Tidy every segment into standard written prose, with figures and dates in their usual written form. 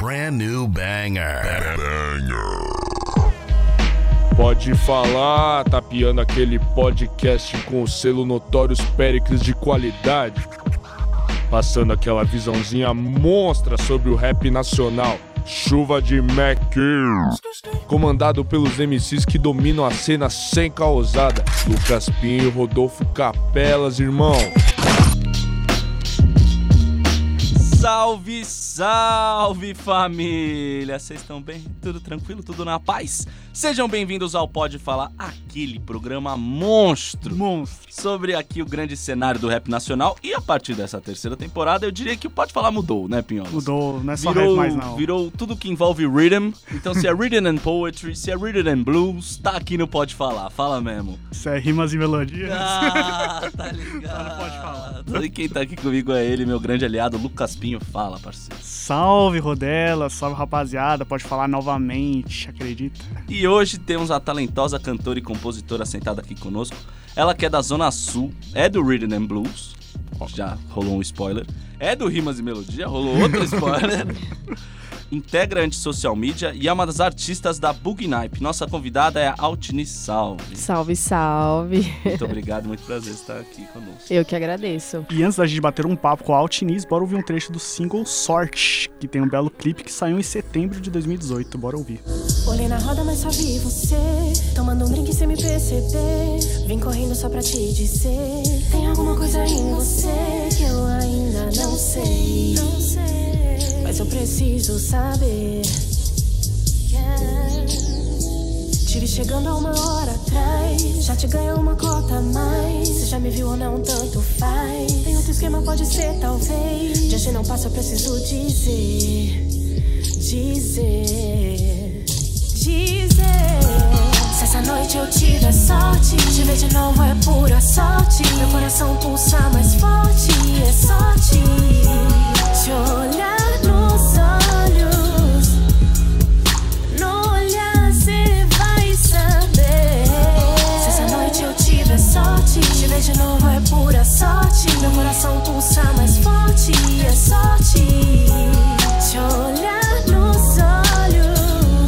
brand new banger. Pode falar, tapeando aquele podcast com o selo Notórios Péricles de qualidade. Passando aquela visãozinha monstra sobre o rap nacional. Chuva de Mac, comandado pelos MCs que dominam a cena sem causada. Lucas Pinho, Rodolfo Capelas, irmão. Salve, salve família! Vocês estão bem? Tudo tranquilo? Tudo na paz? Sejam bem-vindos ao Pode Falar, aquele programa monstro sobre aqui o grande cenário do rap nacional. E a partir dessa terceira temporada, eu diria que o Pode Falar mudou, né, Pinholas? Mudou, não é só rap mais não. Virou tudo que envolve rhythm. Então se é rhythm and poetry, se é rhythm and blues, tá aqui no Pode Falar. Fala mesmo. Isso é rimas e melodias. Ah, tá ligado. Não pode falar. E quem tá aqui comigo é ele, meu grande aliado, Lucas Pinho. Fala, parceiro. Salve, Rodela, salve, rapaziada. Pode falar novamente, acredita? E hoje temos a talentosa cantora e compositora sentada aqui conosco. Ela que é da Zona Sul, é do Rhythm and Blues, já rolou um spoiler. É do Rimas e Melodia, rolou outro spoiler. Integra anti-social media e é uma das artistas da Bugnipe. Nossa convidada é a Altiniz. Salve. Salve, salve. Muito obrigado, muito prazer estar aqui conosco. Eu que agradeço. E antes da gente bater um papo com a Altiniz, bora ouvir um trecho do single Sorte, que tem um belo clipe que saiu em setembro de 2018. Bora ouvir. Olhei na roda, mas só vi você, tomando um drink sem me perceber. Vim correndo só pra te dizer, tem alguma coisa em você que eu ainda não sei. Mas eu preciso saber. Te vi chegando há uma hora atrás, já te ganhou uma cota a mais. Você já me viu ou não, tanto faz. Tem outro esquema, pode ser talvez. De hoje não passa, eu preciso dizer. Se essa noite eu tiver sorte, te ver de novo é pura sorte. Meu coração pulsa mais forte, é sorte. Te olhar nos olhos, no olhar cê vai saber. Se essa noite eu tiver sorte, te ver de novo é pura sorte. Meu coração pulsa mais forte, é sorte. Te olhar nos olhos.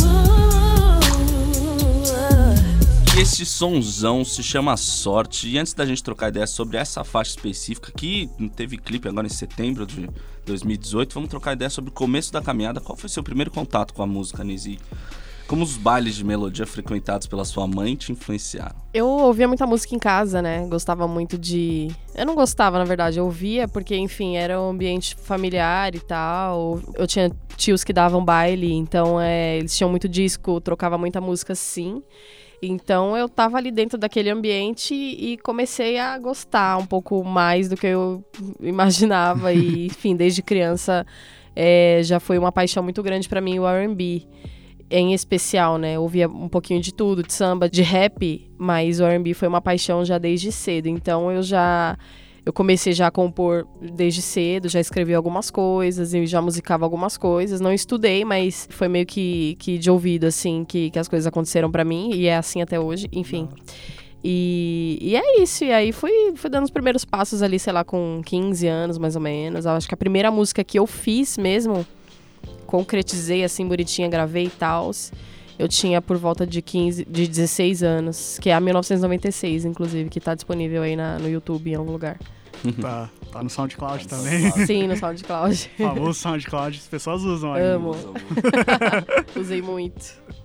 E esse sonzão se chama Sorte. E antes da gente trocar ideia sobre essa faixa específica, que teve clipe agora em setembro de 2018, vamos trocar ideia sobre o começo da caminhada. Qual foi seu primeiro contato com a música, Nizi? Como os bailes de melodia frequentados pela sua mãe te influenciaram? Eu ouvia muita música em casa, né? Gostava muito de... Eu não gostava, na verdade. Eu ouvia porque, enfim, era um ambiente familiar e tal. Eu tinha tios que davam baile, então eles tinham muito disco, trocava muita música assim. Então eu tava ali dentro daquele ambiente e comecei a gostar um pouco mais do que eu imaginava. E, enfim, desde criança já foi uma paixão muito grande pra mim o R&B. Em especial, né? Eu ouvia um pouquinho de tudo, de samba, de rap, mas o R&B foi uma paixão já desde cedo. Então eu comecei já a compor desde cedo, já escrevi algumas coisas e já musicava algumas coisas. Não estudei, mas foi meio que de ouvido, assim, que as coisas aconteceram pra mim. E é assim até hoje, enfim. E é isso. E aí fui dando os primeiros passos ali, sei lá, com 15 anos, mais ou menos. Eu acho que a primeira música que eu fiz mesmo, concretizei assim, bonitinha, gravei e tal, eu tinha por volta de 16 anos, que é a 1996, inclusive, que tá disponível aí no YouTube em algum lugar. Tá no SoundCloud também. Sim, no SoundCloud. Famoso SoundCloud, as pessoas usam aí. Amo. Usei muito.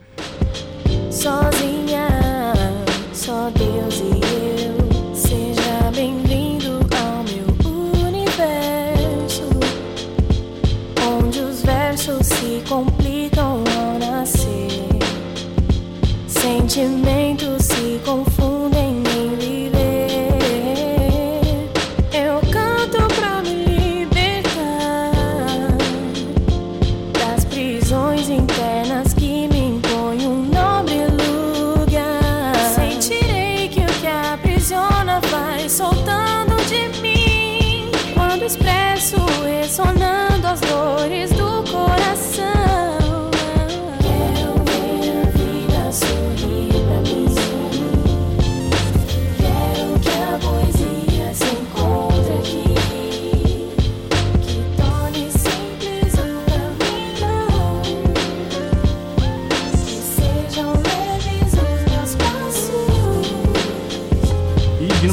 Sozinha, só Deus e eu. Seja bem-vindo ao meu universo, onde os versos se complicam ao nascer, sentimentos se confundem em viver. Eu canto pra me libertar das prisões internas que me impõem um nobre lugar. Sentirei que o que aprisiona vai soltando de mim, quando expresso ressonando as dores do coração. Quero ver a vida sorrir pra mim.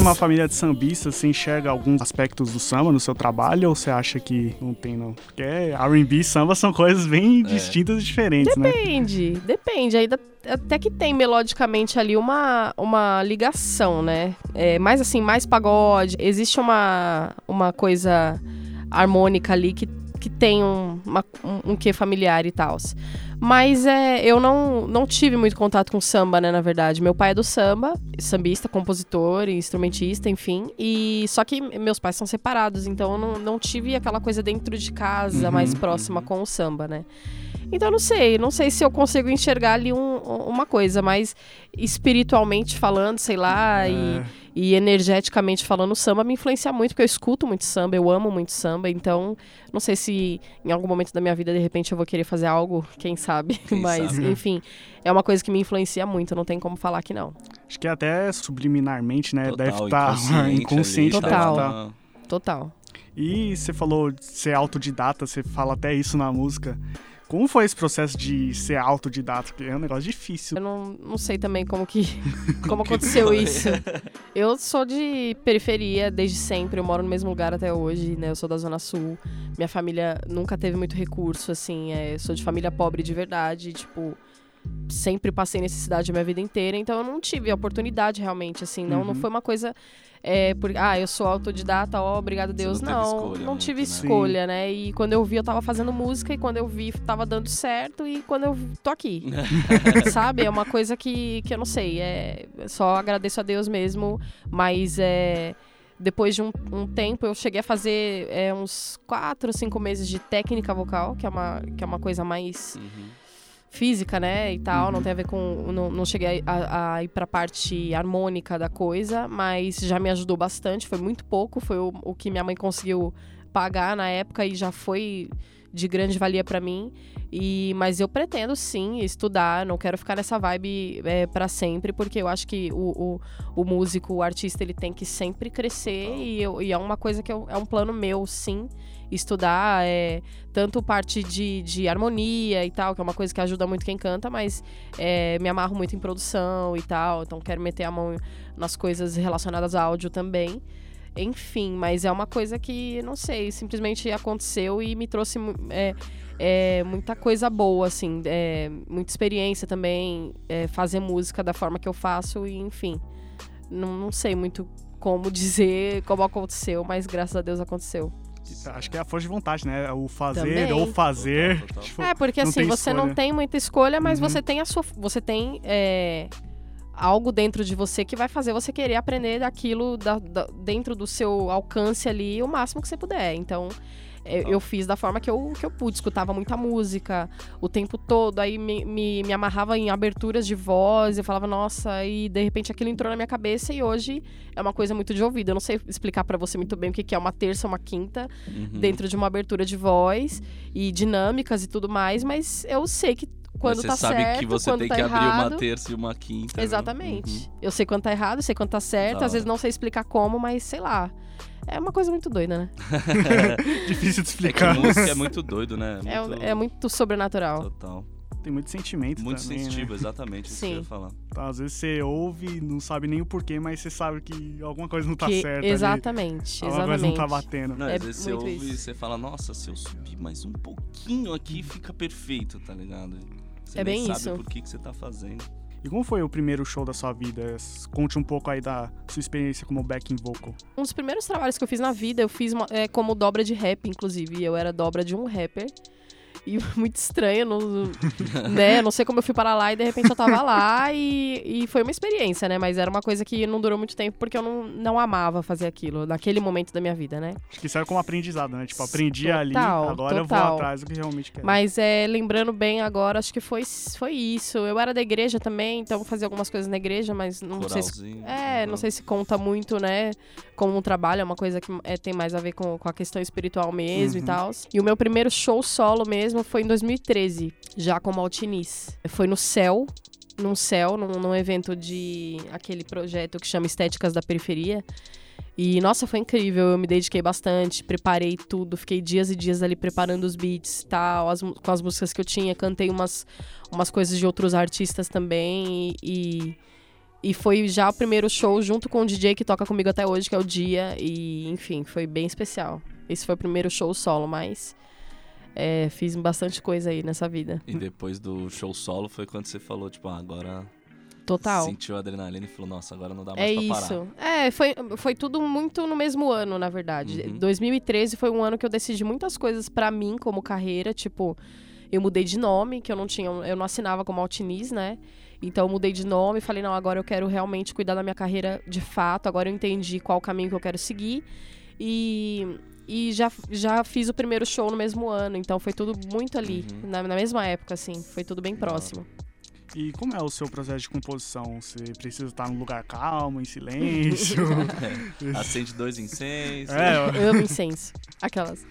numa família de sambistas, você enxerga alguns aspectos do samba no seu trabalho ou você acha que não tem, não? Porque R&B e samba são coisas bem distintas e diferentes, né? Depende. Ainda até que tem melodicamente ali uma ligação, né? Mais assim, mais pagode. Existe uma coisa harmônica ali que tem um quê familiar e tal. Mas eu não tive muito contato com samba, né, na verdade. Meu pai é do samba, sambista, compositor, instrumentista, enfim. E só que meus pais são separados, então eu não tive aquela coisa dentro de casa mais próxima com o samba, né? Então não sei se eu consigo enxergar ali uma coisa, mas espiritualmente falando, sei lá, e energeticamente falando, o samba me influencia muito, porque eu escuto muito samba, eu amo muito samba, então não sei se em algum momento da minha vida, de repente, eu vou querer fazer algo, quem sabe, mas enfim, é uma coisa que me influencia muito, não tem como falar que não. Acho que até subliminarmente, né, Total, deve estar inconsciente. Total. E você falou de ser autodidata, você fala até isso na música. Como foi esse processo de ser autodidata? Porque é um negócio difícil. Eu não sei também como aconteceu isso. Eu sou de periferia desde sempre, eu moro no mesmo lugar até hoje, né? Eu sou da Zona Sul. Minha família nunca teve muito recurso, assim. Sou de família pobre de verdade, tipo... Sempre passei necessidade a minha vida inteira, então eu não tive a oportunidade realmente, assim. Não foi uma coisa... eu sou autodidata, obrigado a Deus. Não tive escolha, né? E quando eu vi, eu tava fazendo música, e quando eu vi, tava dando certo, e quando eu vi, tô aqui. Sabe? É uma coisa que eu não sei, só agradeço a Deus mesmo, mas depois de um tempo, eu cheguei a fazer uns 4 ou 5 meses de técnica vocal, que é uma coisa mais... física, né, e tal, não tem a ver com... Não cheguei a ir pra parte harmônica da coisa, mas já me ajudou bastante, foi muito pouco, foi o que minha mãe conseguiu pagar na época e já foi de grande valia pra mim, mas eu pretendo sim estudar, não quero ficar nessa vibe pra sempre, porque eu acho que o músico, o artista, ele tem que sempre crescer e é uma coisa que é um plano meu, sim, estudar tanto parte de harmonia e tal, que é uma coisa que ajuda muito quem canta, mas me amarro muito em produção e tal, então quero meter a mão nas coisas relacionadas a áudio também. Enfim, mas é uma coisa que, não sei, simplesmente aconteceu e me trouxe muita coisa boa, assim, muita experiência também, fazer música da forma que eu faço e, enfim, não sei muito como dizer como aconteceu, mas graças a Deus aconteceu. Acho que é a força de vontade, né? O fazer também. ou fazer. Total. Tipo, porque assim, você não tem muita escolha, mas você tem você tem algo dentro de você que vai fazer você querer aprender daquilo dentro do seu alcance ali o máximo que você puder. Então, eu fiz da forma que eu pude. Escutava muita música o tempo todo, aí me amarrava em aberturas de voz, eu falava, nossa, e de repente aquilo entrou na minha cabeça e hoje é uma coisa muito de ouvido. Eu não sei explicar pra você muito bem o que é uma terça, uma quinta, dentro de uma abertura de voz e dinâmicas e tudo mais, mas eu sei que quando tá certo, você sabe que você tem que abrir uma terça e uma quinta. Exatamente. Eu sei quando tá errado, sei quando tá certo, às vezes não sei explicar como, mas sei lá. É uma coisa muito doida, né? Difícil de explicar. Música é muito doido, né? É muito sobrenatural. Total. Tem muito sentimento muito também, sensitivo, né? exatamente, isso que eu ia falar. Então, às vezes você ouve, não sabe nem o porquê, mas você sabe que alguma coisa não tá certa. Exatamente, alguma coisa não tá batendo. Não, às vezes você ouve isso. e você fala, nossa, se eu subir mais um pouquinho aqui, fica perfeito, tá ligado? Você nem sabe isso. por que você tá fazendo. E como foi o primeiro show da sua vida? Conte um pouco aí da sua experiência como backing vocal. Um dos primeiros trabalhos que eu fiz na vida, eu fiz como dobra de rap, inclusive. Eu era dobra de um rapper. E muito estranho, né? Não sei como eu fui parar lá e de repente eu tava lá e foi uma experiência, né? Mas era uma coisa que não durou muito tempo porque eu não amava fazer aquilo naquele momento da minha vida, né? Acho que isso era como aprendizado, né? Tipo, aprendi ali, agora eu vou atrás do que realmente quero. Mas lembrando bem agora, acho que foi isso. Eu era da igreja também, então fazia algumas coisas na igreja, mas não sei se... não sei se conta muito, né? Como um trabalho, é uma coisa que tem mais a ver com a questão espiritual mesmo e tal. E o meu primeiro show solo mesmo foi em 2013, já como Altiniz. Foi no Céu, num evento de aquele projeto que chama Estéticas da Periferia. E, nossa, foi incrível, eu me dediquei bastante, preparei tudo, fiquei dias e dias ali preparando os beats, tal, com as músicas que eu tinha, cantei umas coisas de outros artistas também E foi já o primeiro show junto com o DJ que toca comigo até hoje, que é o Dia. E, enfim, foi bem especial. Esse foi o primeiro show solo, mas fiz bastante coisa aí nessa vida. E depois do show solo foi quando você falou, tipo, agora... Total. Sentiu a adrenalina e falou, nossa, agora não dá mais pra parar. Isso. Foi tudo muito no mesmo ano, na verdade. 2013 foi um ano que eu decidi muitas coisas pra mim como carreira, tipo... Eu mudei de nome, que eu não assinava como Altiniz, né? Então eu mudei de nome e falei, não, agora eu quero realmente cuidar da minha carreira de fato, agora eu entendi qual o caminho que eu quero seguir. E já fiz o primeiro show no mesmo ano, então foi tudo muito ali, na mesma época, assim, foi tudo bem próximo. E como é o seu processo de composição? Você precisa estar num lugar calmo, em silêncio? Acende 2 incensos. Eu amo incenso. Aquelas...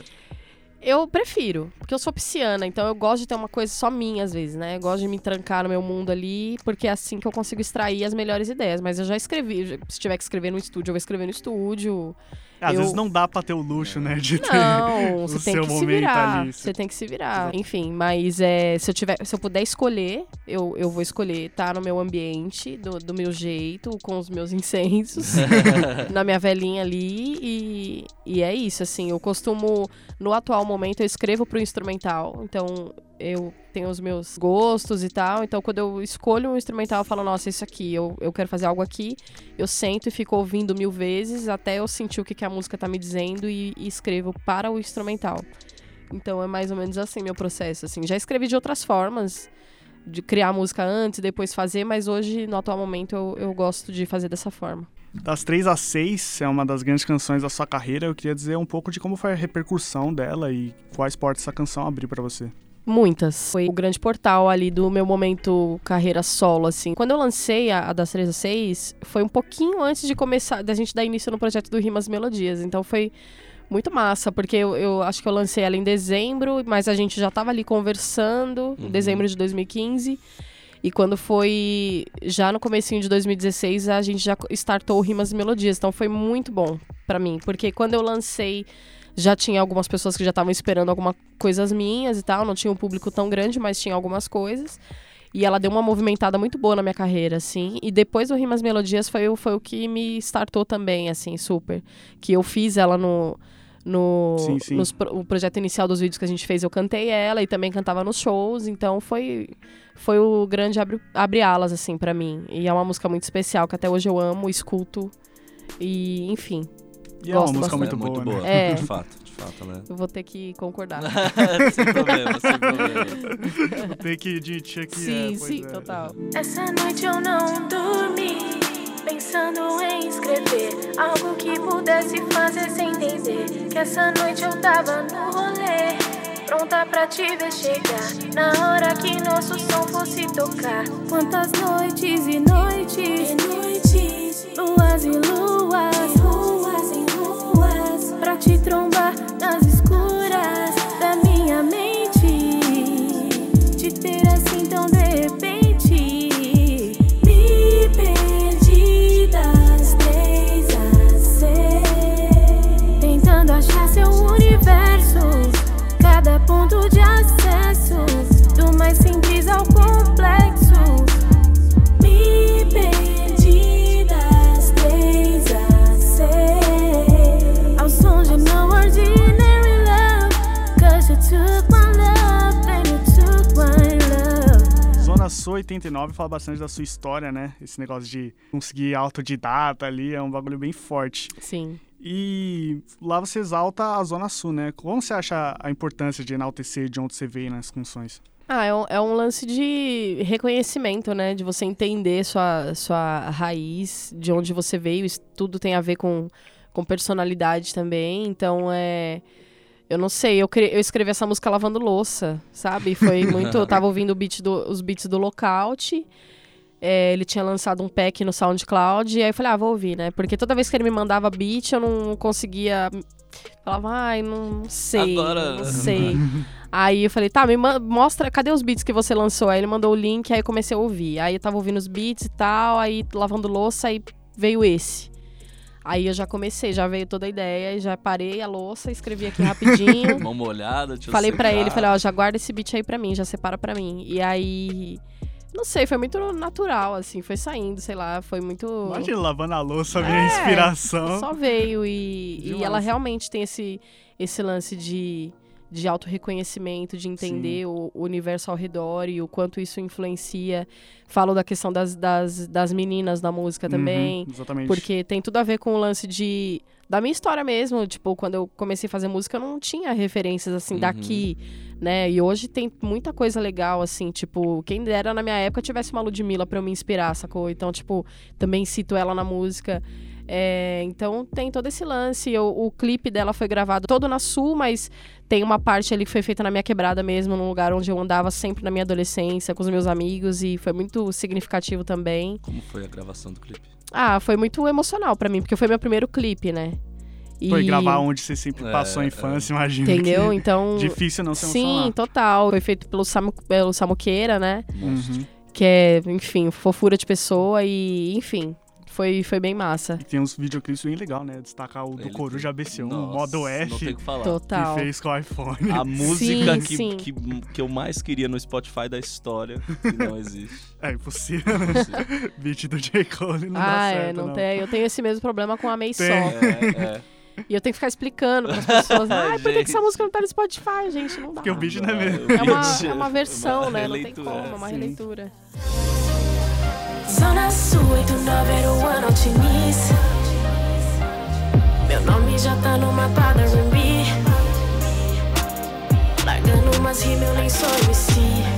Eu prefiro, porque eu sou pisciana, então eu gosto de ter uma coisa só minha, às vezes, né? Eu gosto de me trancar no meu mundo ali, porque é assim que eu consigo extrair as melhores ideias. Mas eu já escrevi, se tiver que escrever no estúdio, eu vou escrever no estúdio. Às vezes não dá pra ter o luxo, né, de ter não, você tem que se virar. Você tem que se virar. Enfim, mas se eu puder escolher, eu vou escolher estar no meu ambiente, do meu jeito, com os meus incensos, na minha velinha ali. E é isso, assim, eu costumo, no atual momento, eu escrevo pro instrumental, então eu tenho os meus gostos e tal, então quando eu escolho um instrumental, eu falo, nossa, isso aqui, eu quero fazer algo aqui, eu sento e fico ouvindo 1000 vezes até eu sentir o que a música tá me dizendo e escrevo para o instrumental. Então é mais ou menos assim meu processo, assim. Já escrevi de outras formas, de criar música antes, depois fazer, mas hoje, no atual momento, eu gosto de fazer dessa forma. Das 3 às 6 é uma das grandes canções da sua carreira. Eu queria dizer um pouco de como foi a repercussão dela e quais portas essa canção abriu pra você. Muitas. Foi o grande portal ali do meu momento carreira solo, assim. Quando eu lancei a das 3 às 6, foi um pouquinho antes de começar, da gente dar início no projeto do Rimas e Melodias. Então foi muito massa, porque eu acho que eu lancei ela em dezembro, mas a gente já tava ali conversando, em dezembro de 2015. E quando foi já no comecinho de 2016, a gente já startou o Rimas e Melodias. Então foi muito bom pra mim, porque quando eu lancei, já tinha algumas pessoas que já estavam esperando algumas coisas minhas e tal. Não tinha um público tão grande, mas tinha algumas coisas. E ela deu uma movimentada muito boa na minha carreira, assim. E depois do Rimas e Melodias foi o que me startou também, assim, super. Que eu fiz ela o projeto inicial dos vídeos que a gente fez, eu cantei ela e também cantava nos shows. Então foi o grande abre-alas, assim, pra mim. E é uma música muito especial, que até hoje eu amo, escuto. E, enfim... E é uma música muito boa, né? De fato, né? Eu vou ter que concordar. Sem problema. Vou ter que admitir que sim, total. Essa noite eu não dormi, pensando em escrever algo que pudesse fazer sem entender. Que essa noite eu tava no rolê, pronta pra te ver chegar, na hora que nosso som fosse tocar. Quantas noites e noites, luas e luas, ruas e ruas, pra te trombar nas escuras da minha mente, te ter assim tão de repente. Me perdi das 3 às 6, tentando achar seu universo, cada ponto de acesso, do mais simples ao complexo. Me perdi das 3 às 6, ao som de No Ordinary Love, 'cause you took my love and you took my love. Zona Sul 89 fala bastante da sua história, né? Esse negócio de conseguir autodidata ali é um bagulho bem forte. Sim. E lá você exalta a Zona Sul, né? Como você acha a importância de enaltecer de onde você veio nas canções? É um lance de reconhecimento, né? De você entender sua raiz, de onde você veio. Isso tudo tem a ver com personalidade também. Então, eu não sei, eu escrevi essa música lavando louça, sabe? Foi muito... Eu tava ouvindo os beats do Lookout. Ele tinha lançado um pack no SoundCloud. E aí eu falei, vou ouvir, né? Porque toda vez que ele me mandava beat, eu não conseguia... Falava, não sei, agora... não sei. Aí eu falei, me mostra, cadê os beats que você lançou? Aí ele mandou o link, aí eu comecei a ouvir. Aí eu tava ouvindo os beats e tal, aí lavando louça, aí veio esse. Aí eu já comecei, já veio toda a ideia, já parei a louça, escrevi aqui rapidinho. Mão molhada, falei pra ele, já guarda esse beat aí pra mim, já separa pra mim. E aí Não sei, foi muito natural, assim, foi saindo, sei lá, foi muito... Imagina, lavando a louça, minha inspiração. Só veio e ela realmente tem esse lance de autorreconhecimento, de entender o universo ao redor e o quanto isso influencia. Falo da questão das meninas da música também. Exatamente. Porque tem tudo a ver com o lance da minha história mesmo. Tipo, quando eu comecei a fazer música, eu não tinha referências, assim, daqui, né? E hoje tem muita coisa legal, assim, tipo, quem dera na minha época tivesse uma Ludmilla pra eu me inspirar, sacou? Então, tipo, também cito ela na música. Então tem todo esse lance. O clipe dela foi gravado todo na Sul, mas tem uma parte ali que foi feita na minha quebrada mesmo, num lugar onde eu andava sempre na minha adolescência, com os meus amigos, e foi muito significativo também. Como foi a gravação do clipe? Foi muito emocional pra mim, porque foi meu primeiro clipe, né? Foi gravar onde você sempre passou a infância, imagina. Entendeu? Então... difícil não se emocionar. Sim, total. Foi feito pelo Samuqueira, né? Que é, enfim, fofura de pessoa e, enfim... Foi bem massa. E tem uns videoclipes bem legal, né? Destacar o do Coruja ABC1, o modo F. Não tem o que falar. Total. Que fez com o iPhone. A música sim. que eu mais queria no Spotify da história, que não existe. É impossível, né? Beat do J. Cole não dá certo, não tem. Eu tenho esse mesmo problema com a May Só. E eu tenho que ficar explicando para as pessoas. Por que essa música não tá no Spotify, gente? Não dá. Porque o beat não é mesmo. É uma versão, né? Não tem como, é uma releitura. Zona Sul 89 era o ano Altinice. Meu nome já tá no mapa da R&B. Largando umas rimas, eu nem sou MC.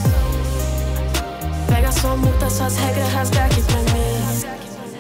Pega sua multa, suas regras, rasga aqui pra mim.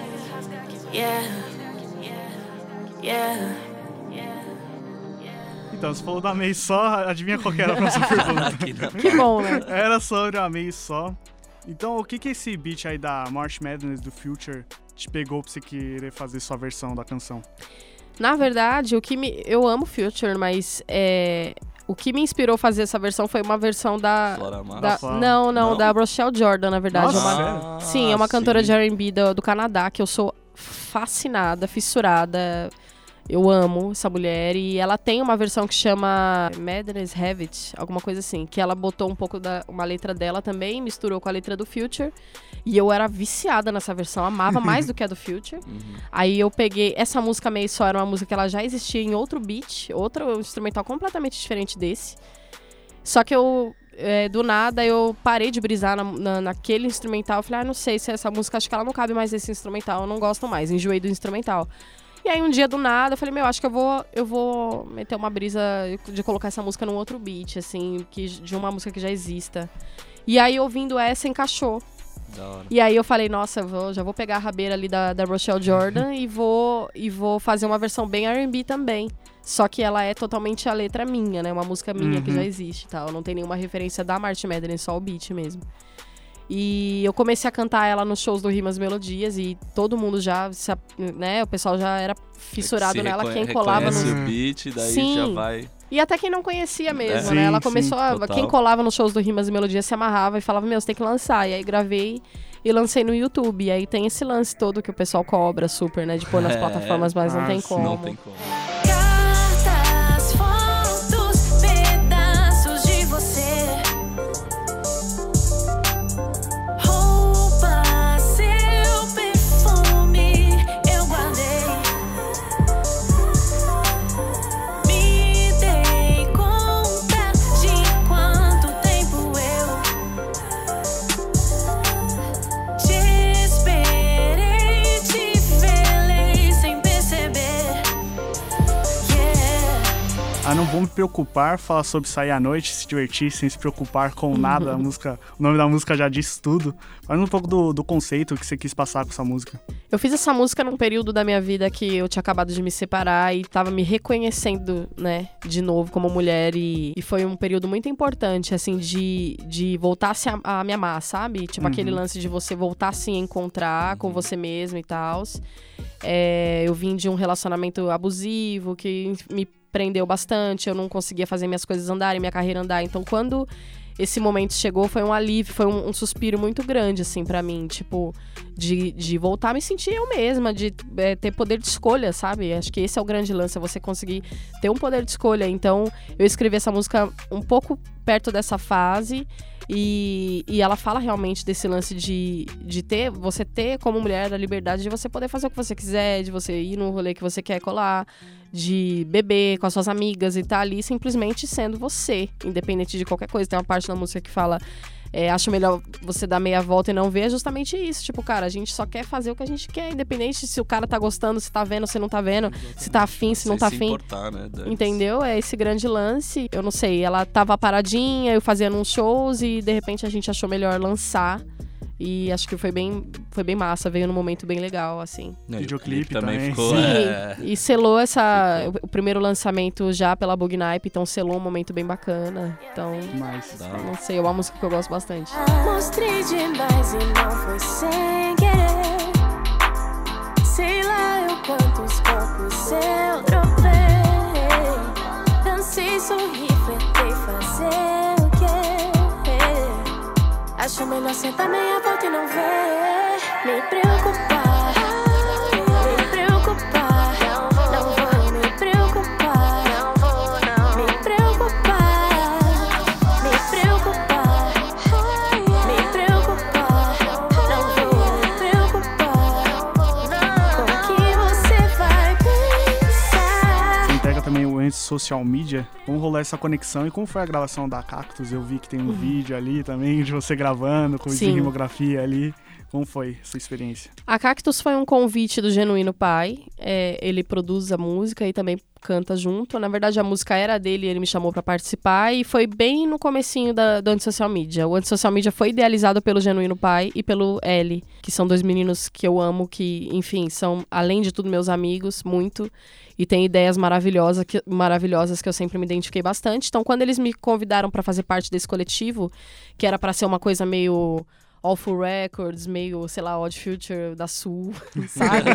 Então, você falou da May Só, adivinha qual que era a próxima pergunta? Que bom, né? Era sobre a May Só. Então, o que esse beat aí da March Madness do Future te pegou pra você querer fazer sua versão da canção? Na verdade, eu amo Future, mas o que me inspirou a fazer essa versão foi uma versão da Rochelle Jordan, na verdade. Nossa, sério? É uma cantora de R&B do Canadá, que eu sou fascinada, fissurada. Eu amo essa mulher e ela tem uma versão que chama Madness Have It, alguma coisa assim, que ela botou um pouco uma letra dela também, misturou com a letra do Future, e eu era viciada nessa versão, amava mais do que a do Future. Aí eu peguei, essa música May Só era uma música que ela já existia em outro beat, outro instrumental completamente diferente desse, só que do nada eu parei de brisar naquele instrumental, eu falei, não sei se essa música, acho que ela não cabe mais nesse instrumental, eu não gosto mais, enjoei do instrumental. E aí um dia do nada eu falei, acho que eu vou meter uma brisa de colocar essa música num outro beat, assim, de uma música que já exista. E aí ouvindo essa encaixou. Da hora. E aí eu falei, nossa, já vou pegar a rabeira ali da Rochelle Jordan e vou fazer uma versão bem R&B também. Só que ela é totalmente a letra minha, né? Uma música minha que já existe e tal. Não tem nenhuma referência da March Madness, só o beat mesmo. E eu comecei a cantar ela nos shows do Rimas Melodias e todo mundo já, né, o pessoal já era fissurado nela, quem colava no... o beat, daí já vai... E até quem não conhecia mesmo, Sim, né? Ela começou quem colava nos shows do Rimas e Melodias se amarrava e falava, você tem que lançar. E aí gravei e lancei no YouTube. E aí tem esse lance todo que o pessoal cobra super, né? De pôr nas plataformas, mas não tem como. Não tem como. Cartas, fotos, pedaços de você. Não vou me preocupar, falar sobre sair à noite, se divertir, sem se preocupar com nada. O nome da música já diz tudo. Fala um pouco do conceito que você quis passar com essa música. Eu fiz essa música num período da minha vida que eu tinha acabado de me separar e tava me reconhecendo, né, de novo como mulher. E foi um período muito importante, assim, de voltar a me amar, sabe? Tipo, aquele lance de você voltar a se encontrar com você mesmo e tal. Eu vim de um relacionamento abusivo que me prendeu bastante, eu não conseguia fazer minhas coisas andarem, minha carreira andar. Então, quando esse momento chegou, foi um alívio, foi um suspiro muito grande, assim, pra mim. Tipo, de voltar a me sentir eu mesma, de ter poder de escolha, sabe? Acho que esse é o grande lance, é você conseguir ter um poder de escolha. Então, eu escrevi essa música um pouco perto dessa fase. E ela fala realmente desse lance de você ter como mulher a liberdade de você poder fazer o que você quiser, de você ir no rolê que você quer colar, de beber com as suas amigas e tá ali simplesmente sendo você, independente de qualquer coisa. Tem uma parte da música que fala, acho melhor você dar meia volta e não ver, é justamente isso. Tipo, cara, a gente só quer fazer o que a gente quer, independente se o cara tá gostando, se tá vendo, se não tá vendo, se tá afim, se não tá afim. Importar, né, entendeu? É esse grande lance. Eu não sei, ela tava paradinha, eu fazia uns shows e de repente a gente achou melhor lançar. E acho que foi bem massa, veio num momento bem legal, assim. Videoclipe também ficou. Sim, e selou o primeiro lançamento já pela Bugnipe, então selou um momento bem bacana. Então, não sei, é uma música que eu gosto bastante. Mostrei demais e não foi sem querer. Sei lá eu quantos copos eu dropei. Dancei, sorri, flertei, fazer o quê? Acho melhor sentar meia volta e não ver. Me preocupar, me preocupar. Não vou me preocupar, me preocupar, me preocupar, me preocupar. Não vou me preocupar com o que você vai pensar. Você entrega também o Ends Social Media. Como rolou essa conexão e como foi a gravação da Cactus? Eu vi que tem um vídeo ali também de você gravando com rimografia ali. Como foi essa experiência? A Cactus foi um convite do Genuíno Pai. Ele produz a música e também canta junto. Na verdade, a música era dele e ele me chamou pra participar. E foi bem no comecinho do Antisocial Media. O Antisocial Media foi idealizado pelo Genuíno Pai e pelo L, que são dois meninos que eu amo, que, enfim, são, além de tudo, meus amigos, muito. E tem ideias maravilhosas que eu sempre me identifiquei bastante. Então, quando eles me convidaram pra fazer parte desse coletivo, que era pra ser uma coisa meio All Full Records, meio, sei lá, Odd Future da Sul, sabe?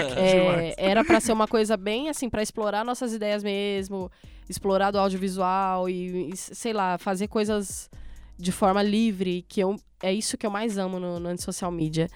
Era pra ser uma coisa bem, assim, pra explorar nossas ideias mesmo, explorar do audiovisual e sei lá, fazer coisas de forma livre, é isso que eu mais amo no Antisocial Media.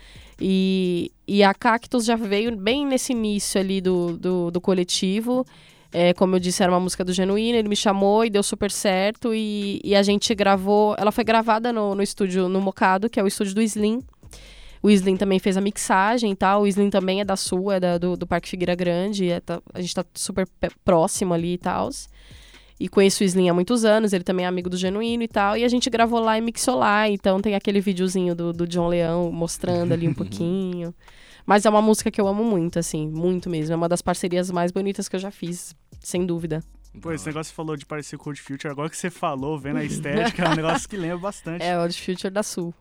E a Cactus já veio bem nesse início ali do coletivo. Como eu disse, era uma música do Genuíno, ele me chamou e deu super certo. E a gente gravou, ela foi gravada no estúdio, no Mocado, que é o estúdio do Slim. O Slim também fez a mixagem e tal. O Slim também é da Sul, do Parque Figueira Grande. A gente tá super próximo ali e tal. E conheço o Slim há muitos anos, ele também é amigo do Genuíno e tal. E a gente gravou lá e mixou lá. Então tem aquele videozinho do John Leão mostrando ali um pouquinho. Mas é uma música que eu amo muito, assim, muito mesmo. É uma das parcerias mais bonitas que eu já fiz, sem dúvida. Pô, esse negócio que você falou de parecer com o Odd Future, agora que você falou, vendo a estética, é um negócio que lembra bastante. É, o Odd Future da Sul.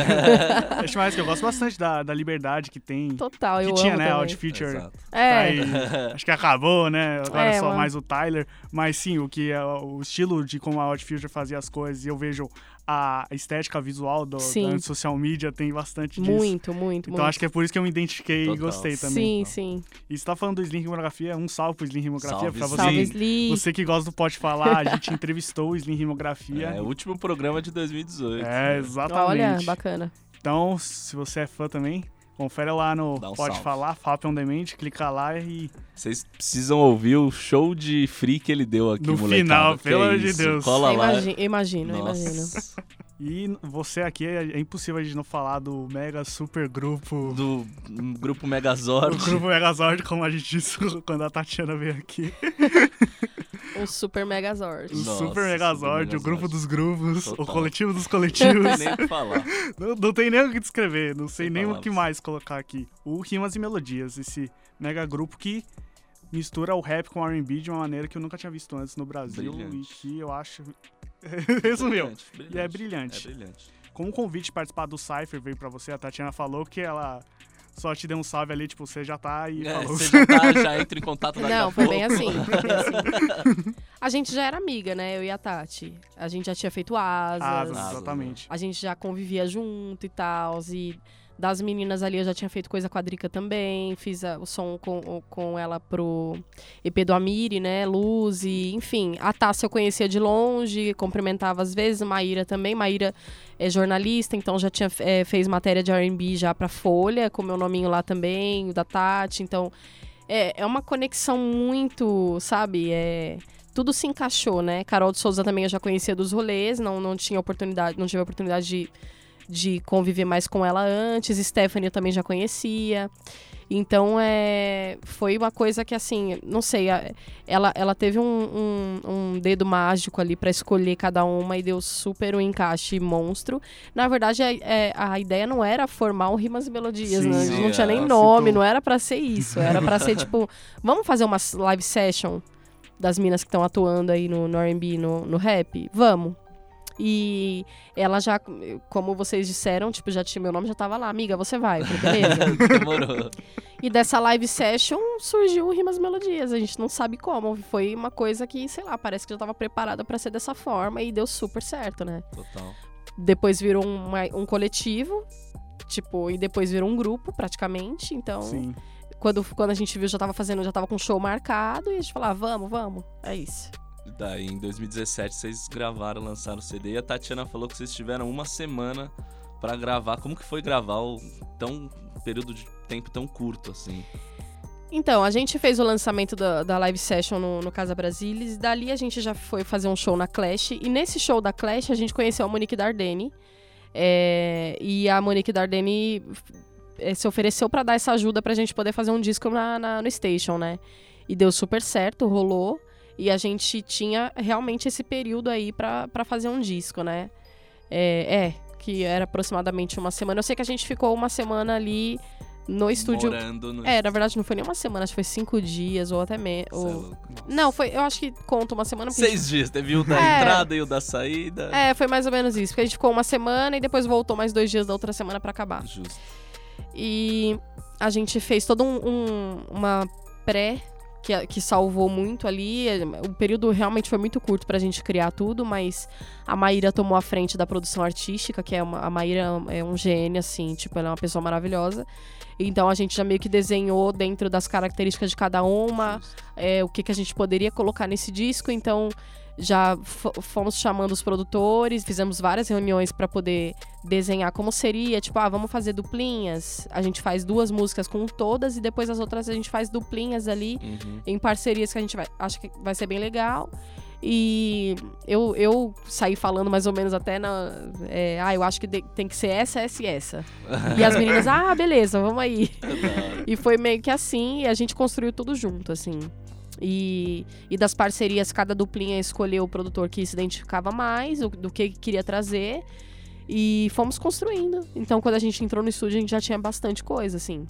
Acho mais que eu gosto bastante da liberdade que tem. Total, eu amo que tinha, né, também. Odd Future. Exato. Tá aí, acho que acabou, né? Agora é só mano. mais o Tyler. Mas sim, o estilo de como a Odd Future fazia as coisas, e eu vejo a estética visual da social media tem bastante disso. Muito. Então acho que é por isso que eu me identifiquei e gostei também. Sim. E você tá falando do Slim Rimografia, um salve pro Slim Rimografia. Salve, Pra Salve, Slim. você que gosta do Pode Falar, a gente entrevistou o Slim Rimografia. É o último programa de 2018. Exatamente. Olha, bacana. Então, se você é fã também, confere lá no Dá um Pode salve. Falar, Fap on Demand, clica lá e... Vocês precisam ouvir o show de free que ele deu aqui, No molecada. final, Que pelo é amor de isso? Deus. Cola lá. Imagino. Nossa. E você aqui, é impossível a gente não falar do mega super grupo... Do grupo Megazord. O grupo Megazord, como a gente disse quando a Tatiana veio aqui. O Super Megazord. O Nossa, Super Megazord, Super o grupo Megazord. dos grupos, Total. o coletivo dos Não coletivos. tem nem o que falar. Não tem nem o que descrever, não sei Sem nem o palavras. que mais colocar aqui. O Rimas e Melodias, esse mega grupo que mistura o rap com o R&B de uma maneira que eu nunca tinha visto antes no Brasil. Brilhante. E que eu acho... Resumiu. Brilhante. E é brilhante. É brilhante. Como o convite de participar do Cypher veio pra você, a Tatiana falou que ela só te deu um salve ali, tipo, você já tá e falou. Você já entra em contato daqui a Não, foi pouco. bem assim. A gente já era amiga, né? Eu e a Tati. A gente já tinha feito asas. Exatamente. A gente já convivia junto e tal. E das meninas ali eu já tinha feito coisa com a Drica também. Fiz o som com ela pro EP do Amiri, né? Luz e enfim. A Tássia eu conhecia de longe, cumprimentava às vezes. Maíra também. Maíra é jornalista, então já tinha fez matéria de R&B já pra Folha, com meu nominho lá também, o da Tati. Então é uma conexão muito, sabe? tudo se encaixou, né? Carol de Souza também eu já conhecia dos rolês, não tive a oportunidade de conviver mais com ela antes. Stephanie eu também já conhecia. Então, foi uma coisa que, assim, não sei, ela teve um dedo mágico ali pra escolher cada uma e deu super um encaixe monstro. Na verdade, a ideia não era formar um Rimas e Melodias, Sim, né? sim, Não tinha nem nome, não era pra ser isso. Era pra ser, tipo, vamos fazer uma live session das minas que estão atuando aí no R&B, no rap? Vamos. E ela já, como vocês disseram, tipo, já tinha meu nome, já tava lá. Amiga, você vai, eu falei, beleza. Demorou. E dessa live session surgiu o Rimas e Melodias. A gente não sabe como. Foi uma coisa que, sei lá, parece que já tava preparada pra ser dessa forma e deu super certo, né? Total. Depois virou um coletivo, tipo, e depois virou um grupo, praticamente. Então, Sim. quando a gente viu, já tava com um show marcado e a gente falava, vamos, é isso. Daí, em 2017, vocês gravaram, lançaram o CD e a Tatiana falou que vocês tiveram uma semana pra gravar. Como que foi gravar período de tempo tão curto, assim? Então, a gente fez o lançamento da live session no Casa Brasilis, e dali a gente já foi fazer um show na Clash, e nesse show da Clash a gente conheceu a Monique Dardenne, e a Monique Dardenne se ofereceu pra dar essa ajuda pra gente poder fazer um disco no Station, né? E deu super certo, rolou. E a gente tinha realmente esse período aí pra fazer um disco, né? Que era aproximadamente uma semana. Eu sei que a gente ficou uma semana ali no estúdio. Morando no Na verdade não foi nem uma semana, acho que foi 5 dias ou até menos. Não, eu acho que conta uma semana. 6 dias, teve o da entrada e o da saída. Foi mais ou menos isso. Porque a gente ficou uma semana e depois voltou mais 2 dias da outra semana pra acabar. Justo. E a gente fez toda uma pré que salvou muito ali. O período realmente foi muito curto pra gente criar tudo, mas a Maíra tomou a frente da produção artística, que a Maíra é um gênio, assim, tipo, ela é uma pessoa maravilhosa. Então a gente já meio que desenhou dentro das características de cada uma, o que a gente poderia colocar nesse disco. Então já fomos chamando os produtores, fizemos várias reuniões para poder desenhar como seria, tipo, vamos fazer duplinhas, a gente faz 2 músicas com todas e depois as outras a gente faz duplinhas ali, em parcerias que a gente acho que vai ser bem legal. E eu saí falando mais ou menos até eu acho que tem que ser essa e essa. E as meninas, beleza, vamos aí. E foi meio que assim, e a gente construiu tudo junto, assim. E das parcerias, cada duplinha escolheu o produtor que se identificava mais, do que queria trazer. E fomos construindo. Então, quando a gente entrou no estúdio, a gente já tinha bastante coisa, assim.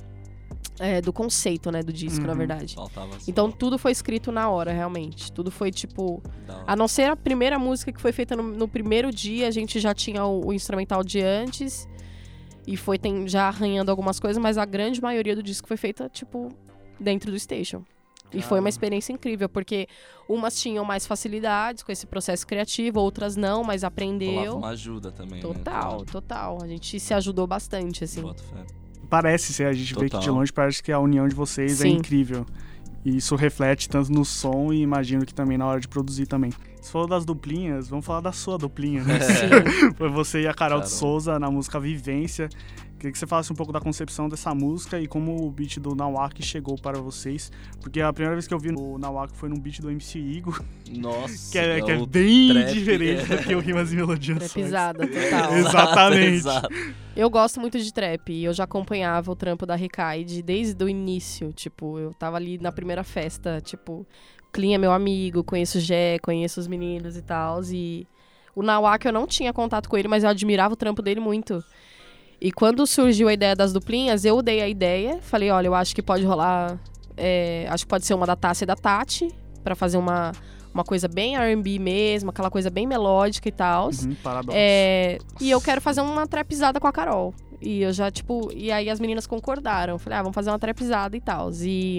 Do conceito, né, do disco, na verdade. Então, tudo foi escrito na hora, realmente. Tudo foi, tipo... A não ser a primeira música que foi feita no primeiro dia, a gente já tinha o instrumental de antes. E foi já arranhando algumas coisas, mas a grande maioria do disco foi feita, tipo, dentro do Station. E foi uma experiência incrível, porque umas tinham mais facilidades com esse processo criativo, outras não, mas aprendeu. Rolava uma ajuda também, Total. A gente se ajudou bastante, assim. Boto fé. Parece ser, a gente vê que de longe parece que a união de vocês é incrível. E isso reflete tanto no som e imagino que também na hora de produzir também. Se for das duplinhas, vamos falar da sua duplinha, né? Sim. Foi você e a Carol de Souza na música Vivência. Queria que você falasse um pouco da concepção dessa música e como o beat do Nawak chegou para vocês. Porque a primeira vez que eu vi o Nawak foi num beat do MC Igor. Nossa, que é bem trap, diferente do que o Rimas e Melodias. Trapizada, total. Exatamente. Exato. Eu gosto muito de trap e eu já acompanhava o trampo da Recaide desde o início. Tipo, eu tava ali na primeira festa, tipo... Clean é meu amigo, conheço o Jé, conheço os meninos e tal. E o Nawak eu não tinha contato com ele, mas eu admirava o trampo dele muito. E quando surgiu a ideia das duplinhas, eu dei a ideia. Falei, olha, eu acho que pode rolar... acho que pode ser uma da Tássia e da Tati, pra fazer uma coisa bem R&B mesmo, aquela coisa bem melódica e tal. Paradoxo. E eu quero fazer uma trapizada com a Carol. E eu já, tipo... E aí as meninas concordaram. Falei, vamos fazer uma trapizada e tal.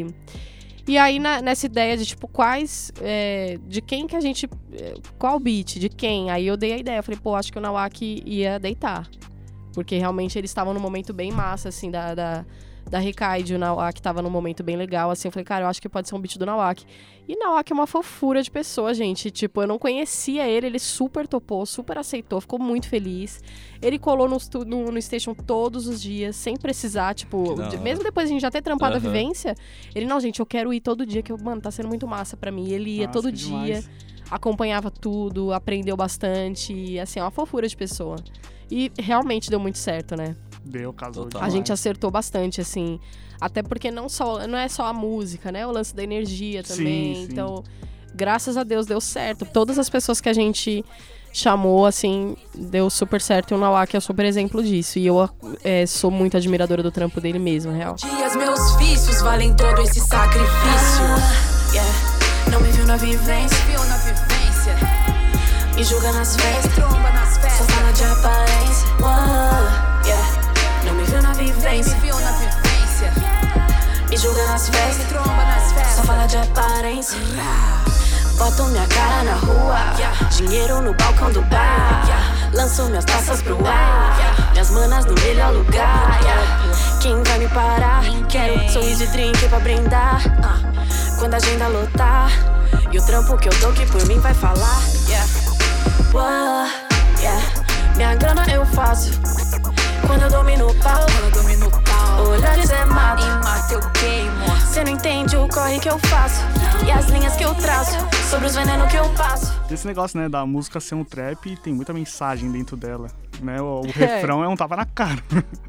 E aí, nessa ideia de, tipo, quais... de quem que a gente... Qual beat? De quem? Aí eu dei a ideia. Eu falei, acho que o Nawak ia deitar. Porque realmente eles estavam num momento bem massa, assim, da Recaide, o Nawak tava num momento bem legal, assim, eu falei, cara, eu acho que pode ser um beat do Nawak. E Nawak é uma fofura de pessoa, gente, tipo, eu não conhecia ele super topou, super aceitou, ficou muito feliz. Ele colou no Station todos os dias, sem precisar, tipo, mesmo depois de a gente já ter trampado a vivência, ele, não, gente, eu quero ir todo dia, que, mano, tá sendo muito massa pra mim. Ele ia todo dia, demais. Acompanhava tudo, aprendeu bastante, e, assim, é uma fofura de pessoa. E realmente deu muito certo, né? Deu, casou A demais. gente acertou bastante, assim. Até porque não é só a música, né? O lance da energia também. Sim. Então, graças a Deus, deu certo. Todas as pessoas que a gente chamou, assim, deu super certo. E o Nawak é super exemplo disso. E eu sou muito admiradora do trampo dele mesmo, real. Dias meus vícios valem todo esse sacrifício. Não me viu na vivência. Me julga nas festas. Só fala de aparência. Não me viu na vivência. Me julga nas festas. Só fala de aparência. Boto minha cara na rua. Dinheiro no balcão do bar. Lanço minhas taças pro ar. Minhas manas no melhor lugar. Quem vai me parar? Quero sorriso e drink pra brindar. Quando a agenda lotar. E o trampo que eu dou que por mim vai falar. Minha grana eu faço. Quando eu domino o pau. Olhares é mato. E mata eu queimo. Cê não entende o corre que eu faço. E as linhas que eu traço. Sobre os venenos que eu passo. Esse negócio, né, da música ser um trap, tem muita mensagem dentro dela, né? O refrão é um tapa na cara.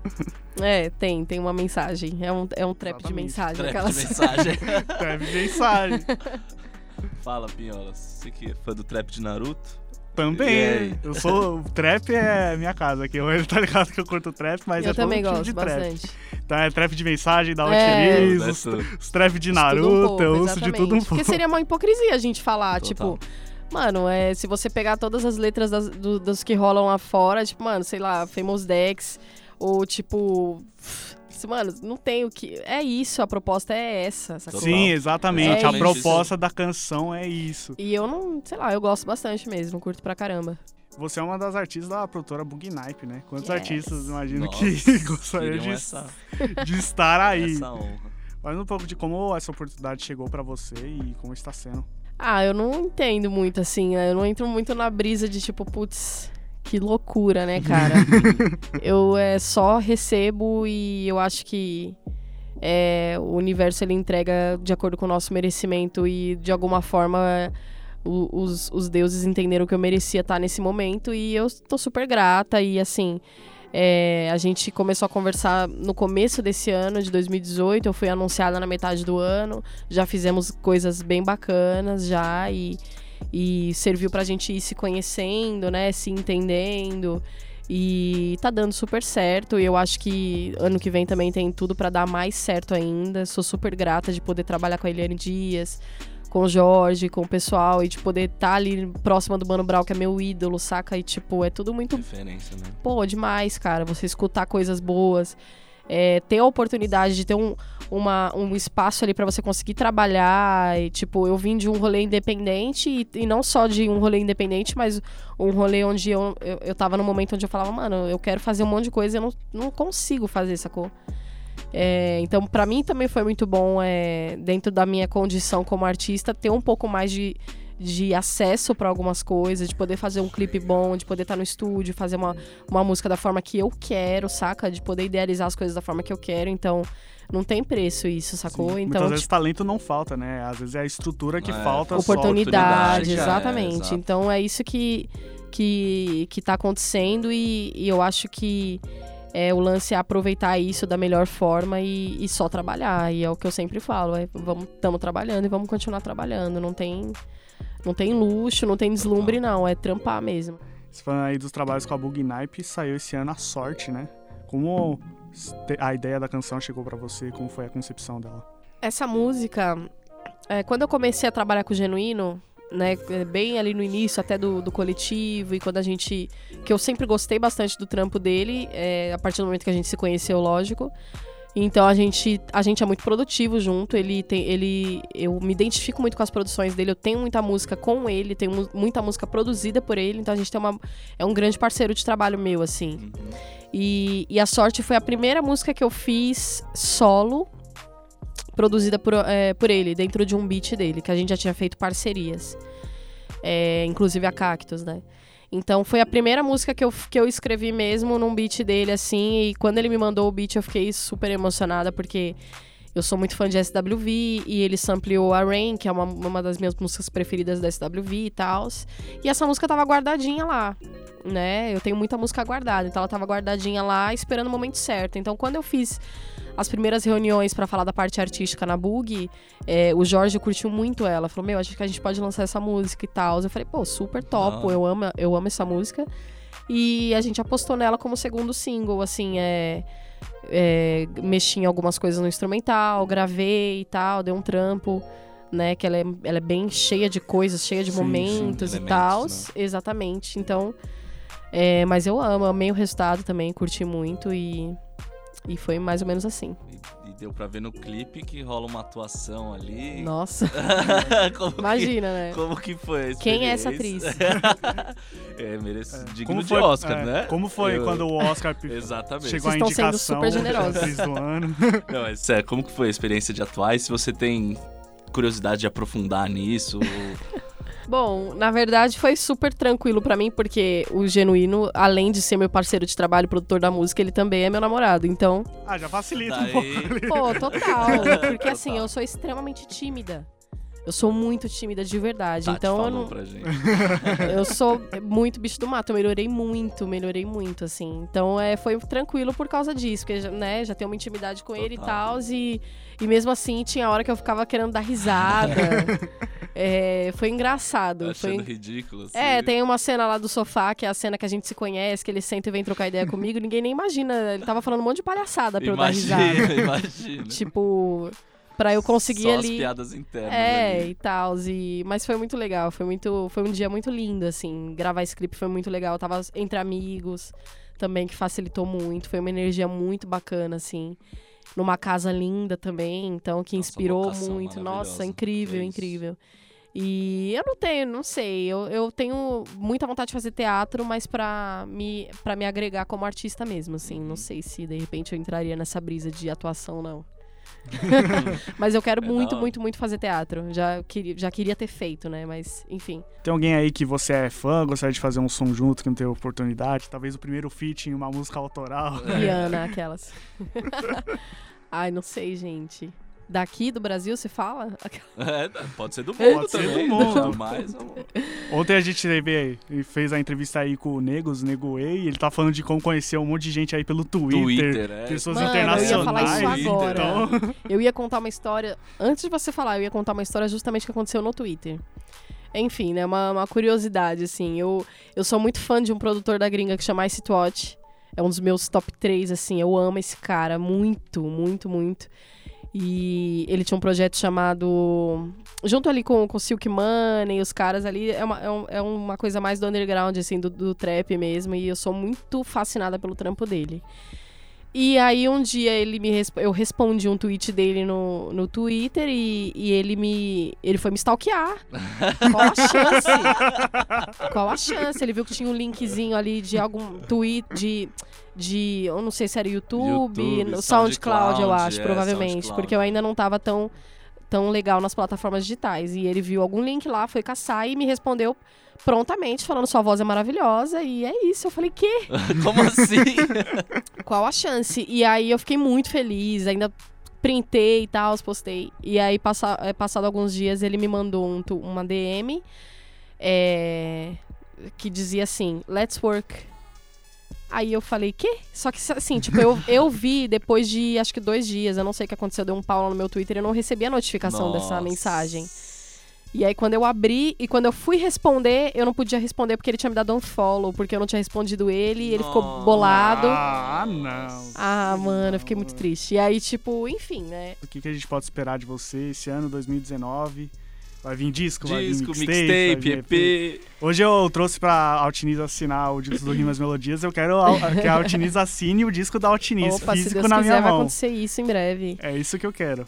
Tem uma mensagem. É um trap de mensagem. Trap de mensagem. Trap de mensagem. Fala, Pinhola, você que é fã do trap de Naruto? Também, eu sou... Trap é minha casa aqui. Ele tá ligado que eu curto trap, mas eu é todo também tipo gosto de trap. bastante. Então é trap de mensagem, da Ultiliz, os trap de Naruto, eu uso de tudo um pouco. Porque seria uma hipocrisia a gente falar, Total. tipo... Mano, se você pegar todas as letras dos que rolam lá fora, tipo, mano, sei lá, Famous Dex, ou tipo... Mano, não tem o que... É isso, a proposta é essa, sacou? Sim, exatamente. A isso. proposta da canção é isso. E eu não... Sei lá, eu gosto bastante mesmo, curto pra caramba. Você é uma das artistas da produtora Bugnipe, né? Quantos artistas, imagino, Nossa, que gostariam de estar aí? Essa honra. Mas um pouco de como essa oportunidade chegou pra você e como está sendo. Eu não entendo muito, assim, eu não entro muito na brisa de tipo, putz... Que loucura, né, cara? Eu só recebo e eu acho que o universo ele entrega de acordo com o nosso merecimento e de alguma forma os deuses entenderam que eu merecia estar nesse momento e eu tô super grata e assim... a gente começou a conversar no começo desse ano, de 2018, eu fui anunciada na metade do ano, já fizemos coisas bem bacanas já e serviu pra gente ir se conhecendo, né, se entendendo e tá dando super certo e eu acho que ano que vem também tem tudo pra dar mais certo ainda, sou super grata de poder trabalhar com a Eliane Dias, com o Jorge, com o pessoal e de poder estar ali próxima do Mano Brown, que é meu ídolo, saca? E tipo, é tudo muito... Referência, né? Pô, demais, cara, você escutar coisas boas, ter a oportunidade de ter um espaço ali pra você conseguir trabalhar. E, tipo, eu vim de um rolê independente e não só de um rolê independente, mas um rolê onde eu tava num momento onde eu falava, mano, eu quero fazer um monte de coisa e eu não consigo fazer, sacou? Então, pra mim também foi muito bom, dentro da minha condição como artista, ter um pouco mais de acesso pra algumas coisas, de poder fazer um clipe bom, de poder estar no estúdio, fazer uma música da forma que eu quero, saca? De poder idealizar as coisas da forma que eu quero, então não tem preço isso, sacou? Sim. Então, muitas vezes talento não falta, né? Às vezes é a estrutura que falta. Oportunidade, só exatamente. Então é isso que tá acontecendo e eu acho que o lance é aproveitar isso da melhor forma e só trabalhar. E é o que eu sempre falo, estamos trabalhando e vamos continuar trabalhando. Não tem luxo, não tem deslumbre, não. É trampar mesmo. Você falando aí dos trabalhos com a Bugnipe, saiu esse ano A Sorte, né? Como a ideia da canção chegou pra você? Como foi a concepção dela? Essa música, quando eu comecei a trabalhar com o Genuíno, né, bem ali no início até do coletivo, e quando que eu sempre gostei bastante do trampo dele, a partir do momento que a gente se conheceu, lógico. Então a gente é muito produtivo junto, eu me identifico muito com as produções dele, eu tenho muita música com ele, tenho muita música produzida por ele, então a gente é um grande parceiro de trabalho meu, assim. E A Sorte foi a primeira música que eu fiz solo, produzida por ele, dentro de um beat dele, que a gente já tinha feito parcerias. Inclusive a Cactus, né? Então foi a primeira música que eu escrevi mesmo num beat dele, assim, e quando ele me mandou o beat eu fiquei super emocionada, porque eu sou muito fã de SWV, e ele sampleou a Rain, que é uma das minhas músicas preferidas da SWV e tal. E essa música tava guardadinha lá, né? Eu tenho muita música guardada, então ela tava guardadinha lá, esperando o momento certo. Então quando eu fiz as primeiras reuniões pra falar da parte artística na Bug, o Jorge curtiu muito ela. Falou, meu, acho que a gente pode lançar essa música e tal. Eu falei, pô, super top, eu amo essa música. E a gente apostou nela como segundo single, assim, mexi em algumas coisas no instrumental, gravei e tal, dei um trampo, né, que ela é bem cheia de coisas, cheia de momentos e tal. Né? Exatamente, então, mas eu amei o resultado também, curti muito e foi mais ou menos assim. E deu pra ver no clipe que rola uma atuação ali. Nossa, imagina, né? Como que foi a experiência? Quem é essa atriz? Digno de Oscar, né? Como foi quando o Oscar chegou a indicação sendo super generosos. atriz do ano? Não, mas como que foi a experiência de atuar? E se você tem curiosidade de aprofundar nisso? Bom, na verdade foi super tranquilo pra mim, porque o Genuíno, além de ser meu parceiro de trabalho, produtor da música, ele também é meu namorado, então... já facilita um pouco. Pô, total, porque assim, eu sou extremamente tímida. Eu sou muito tímida de verdade, então eu não... pra gente. Eu sou muito bicho do mato, eu melhorei muito, assim. Então foi tranquilo por causa disso, porque né, já tenho uma intimidade com ele e tal, e mesmo assim tinha hora que eu ficava querendo dar risada. Foi engraçado. Achando ridículo, assim. Tem uma cena lá do sofá, que é a cena que a gente se conhece, que ele senta e vem trocar ideia comigo, ninguém nem imagina, ele tava falando um monte de palhaçada pra eu dar risada. Imagina. Tipo... Pra eu conseguir Só ali... as piadas internas ali. E tal. Mas foi muito legal. Foi um dia muito lindo, assim. Gravar esse clipe foi muito legal. Eu tava entre amigos também, que facilitou muito. Foi uma energia muito bacana, assim. Numa casa linda também, então, que inspirou muito. Nossa, incrível. E eu não sei. Eu tenho muita vontade de fazer teatro, mas pra me agregar como artista mesmo, assim. Não sei se, de repente, eu entraria nessa brisa de atuação, não. Mas eu quero muito fazer teatro. Já queria ter feito, né? Mas, enfim. Tem alguém aí que você é fã, gostaria de fazer um som junto, que não teve oportunidade? Talvez o primeiro feat em uma música autoral. Rihanna, aquelas. Ai, não sei, gente. Daqui do Brasil, você fala? Pode ser do mundo Pode também. ser do mundo. Mais, Ontem a gente fez a entrevista aí com o Negos, Nego Way, e ele tá falando de como conhecer um monte de gente aí pelo Twitter pessoas internacionais. Eu ia falar isso agora. Então... Eu ia contar uma história, antes de você falar, eu ia contar uma história justamente que aconteceu no Twitter. Enfim, né, uma curiosidade, assim, eu sou muito fã de um produtor da gringa que chama Ice Watch, é um dos meus top 3, assim, eu amo esse cara muito. E ele tinha um projeto chamado... Junto ali com Silk Money, os caras ali, é uma coisa mais do underground, assim, do trap mesmo. E eu sou muito fascinada pelo trampo dele. E aí um dia eu respondi um tweet dele no Twitter e ele foi me stalkear. Qual a chance? Qual a chance? Ele viu que tinha um linkzinho ali de algum tweet de eu não sei se era YouTube, no SoundCloud, eu acho, provavelmente. SoundCloud. Porque eu ainda não tava tão legal nas plataformas digitais. E ele viu algum link lá, foi caçar e me respondeu prontamente, falando sua voz é maravilhosa. E é isso. Eu falei, quê? Como assim? Qual a chance? E aí eu fiquei muito feliz, ainda printei e tal, postei. E aí, passado alguns dias, ele me mandou uma DM que dizia assim, let's work. Aí eu falei, quê? Só que, assim, tipo, eu vi depois de, acho que 2 dias, eu não sei o que aconteceu, deu um pau lá no meu Twitter, eu não recebi a notificação dessa mensagem. E aí, quando eu abri e quando eu fui responder, eu não podia responder porque ele tinha me dado um follow, porque eu não tinha respondido ele, ele ficou bolado. Não. Ah, mano, eu fiquei muito triste. E aí, tipo, enfim, né? O que a gente pode esperar de você esse ano, 2019? Vai vir disco, vai vir mixtape, EP. Hoje eu trouxe pra Altiniz assinar o disco do Rimas Melodias. Eu quero que a Altiniz assine o disco da Altiniz, opa, físico se Deus na quiser, minha vai mão. acontecer isso em breve. É isso que eu quero.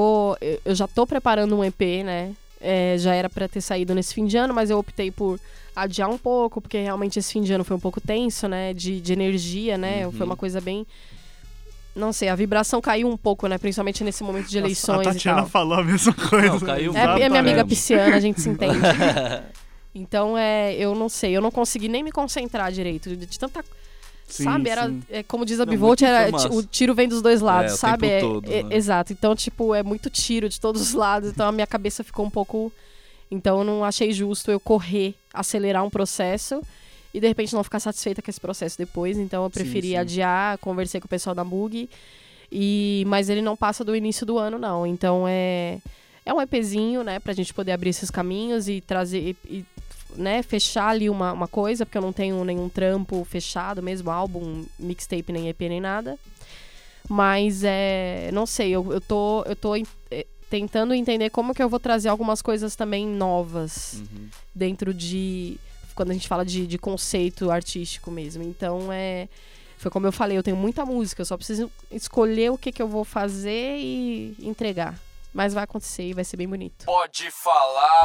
Eu já tô preparando um EP, né? Já era pra ter saído nesse fim de ano, mas eu optei por adiar um pouco, porque realmente esse fim de ano foi um pouco tenso, né? De energia, né? Foi uma coisa bem... Não sei, a vibração caiu um pouco, né? Principalmente nesse momento de eleições A Tatiana e tal. falou a mesma coisa. Não, caiu É minha amiga caramba. pisciana, a gente se entende. Então, eu não sei, eu não consegui nem me concentrar direito. De tanta... Sim, sabe? Era, sim. como diz a Não, Bivolt, muita informação. o tiro vem dos dois lados, O sabe? tempo todo, né? Exato. Então, tipo, é muito tiro de todos os lados. Então, a minha cabeça ficou um pouco... Então, eu não achei justo eu correr, acelerar um processo e, de repente, não ficar satisfeita com esse processo depois. Então, eu preferi sim. adiar, conversei com o pessoal da Mug. Mas ele não passa do início do ano, não. Então, é um EPzinho, né? Pra gente poder abrir esses caminhos e trazer... né, fechar ali uma coisa, porque eu não tenho nenhum trampo fechado mesmo, álbum, mixtape, nem EP, nem nada. Mas, não sei, eu tô tentando entender como que eu vou trazer algumas coisas também novas dentro de... Quando a gente fala de conceito artístico mesmo. Então, foi como eu falei, eu tenho muita música, eu só preciso escolher o que eu vou fazer e entregar. Mas vai acontecer e vai ser bem bonito. Pode falar.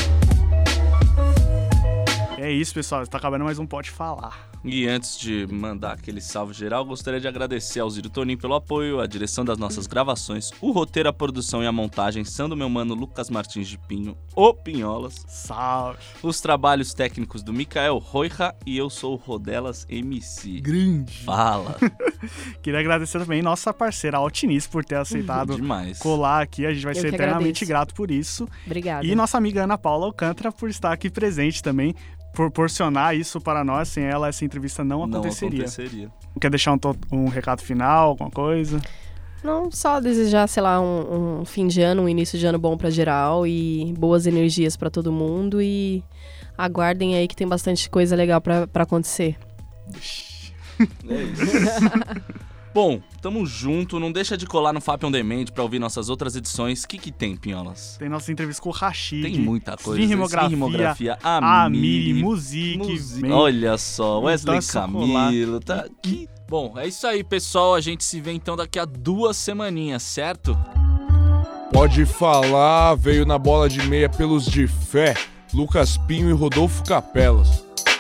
É isso, pessoal. Está acabando mais um Pode Falar. E antes de mandar aquele salve geral, gostaria de agradecer ao Ziro Toninho pelo apoio, a direção das nossas gravações, o roteiro, a produção e a montagem são do meu mano Lucas Martins de Pinho, o Pinholas. Salve. Os trabalhos técnicos do Mikael Roija e eu sou o Rodelas MC. Grande. Fala. Queria agradecer também nossa parceira Altinice por ter aceitado Demais. colar aqui. A gente vai Eu ser que eternamente agradeço. grato por isso. Obrigada. E nossa amiga Ana Paula Alcântara por estar aqui presente também, proporcionar isso para nós. Sem ela, essa entrevista não aconteceria. Não aconteceria. Quer deixar um recado final, alguma coisa? Não, só desejar, sei lá, um fim de ano, um início de ano bom pra geral e boas energias pra todo mundo e aguardem aí que tem bastante coisa legal pra acontecer. É isso. Bom, tamo junto. Não deixa de colar no FAP On Demand pra ouvir nossas outras edições. O que tem, Pinholas? Tem nossa entrevista com o Rashid. Tem muita coisa. Rimografia, a Miri, Miri, Music. Olha só, Wesley Dança Camilo. Tá aqui. Bom, é isso aí, pessoal. A gente se vê então daqui a 2 semaninhas, certo? Pode falar, veio na bola de meia pelos de fé, Lucas Pinho e Rodolfo Capelas.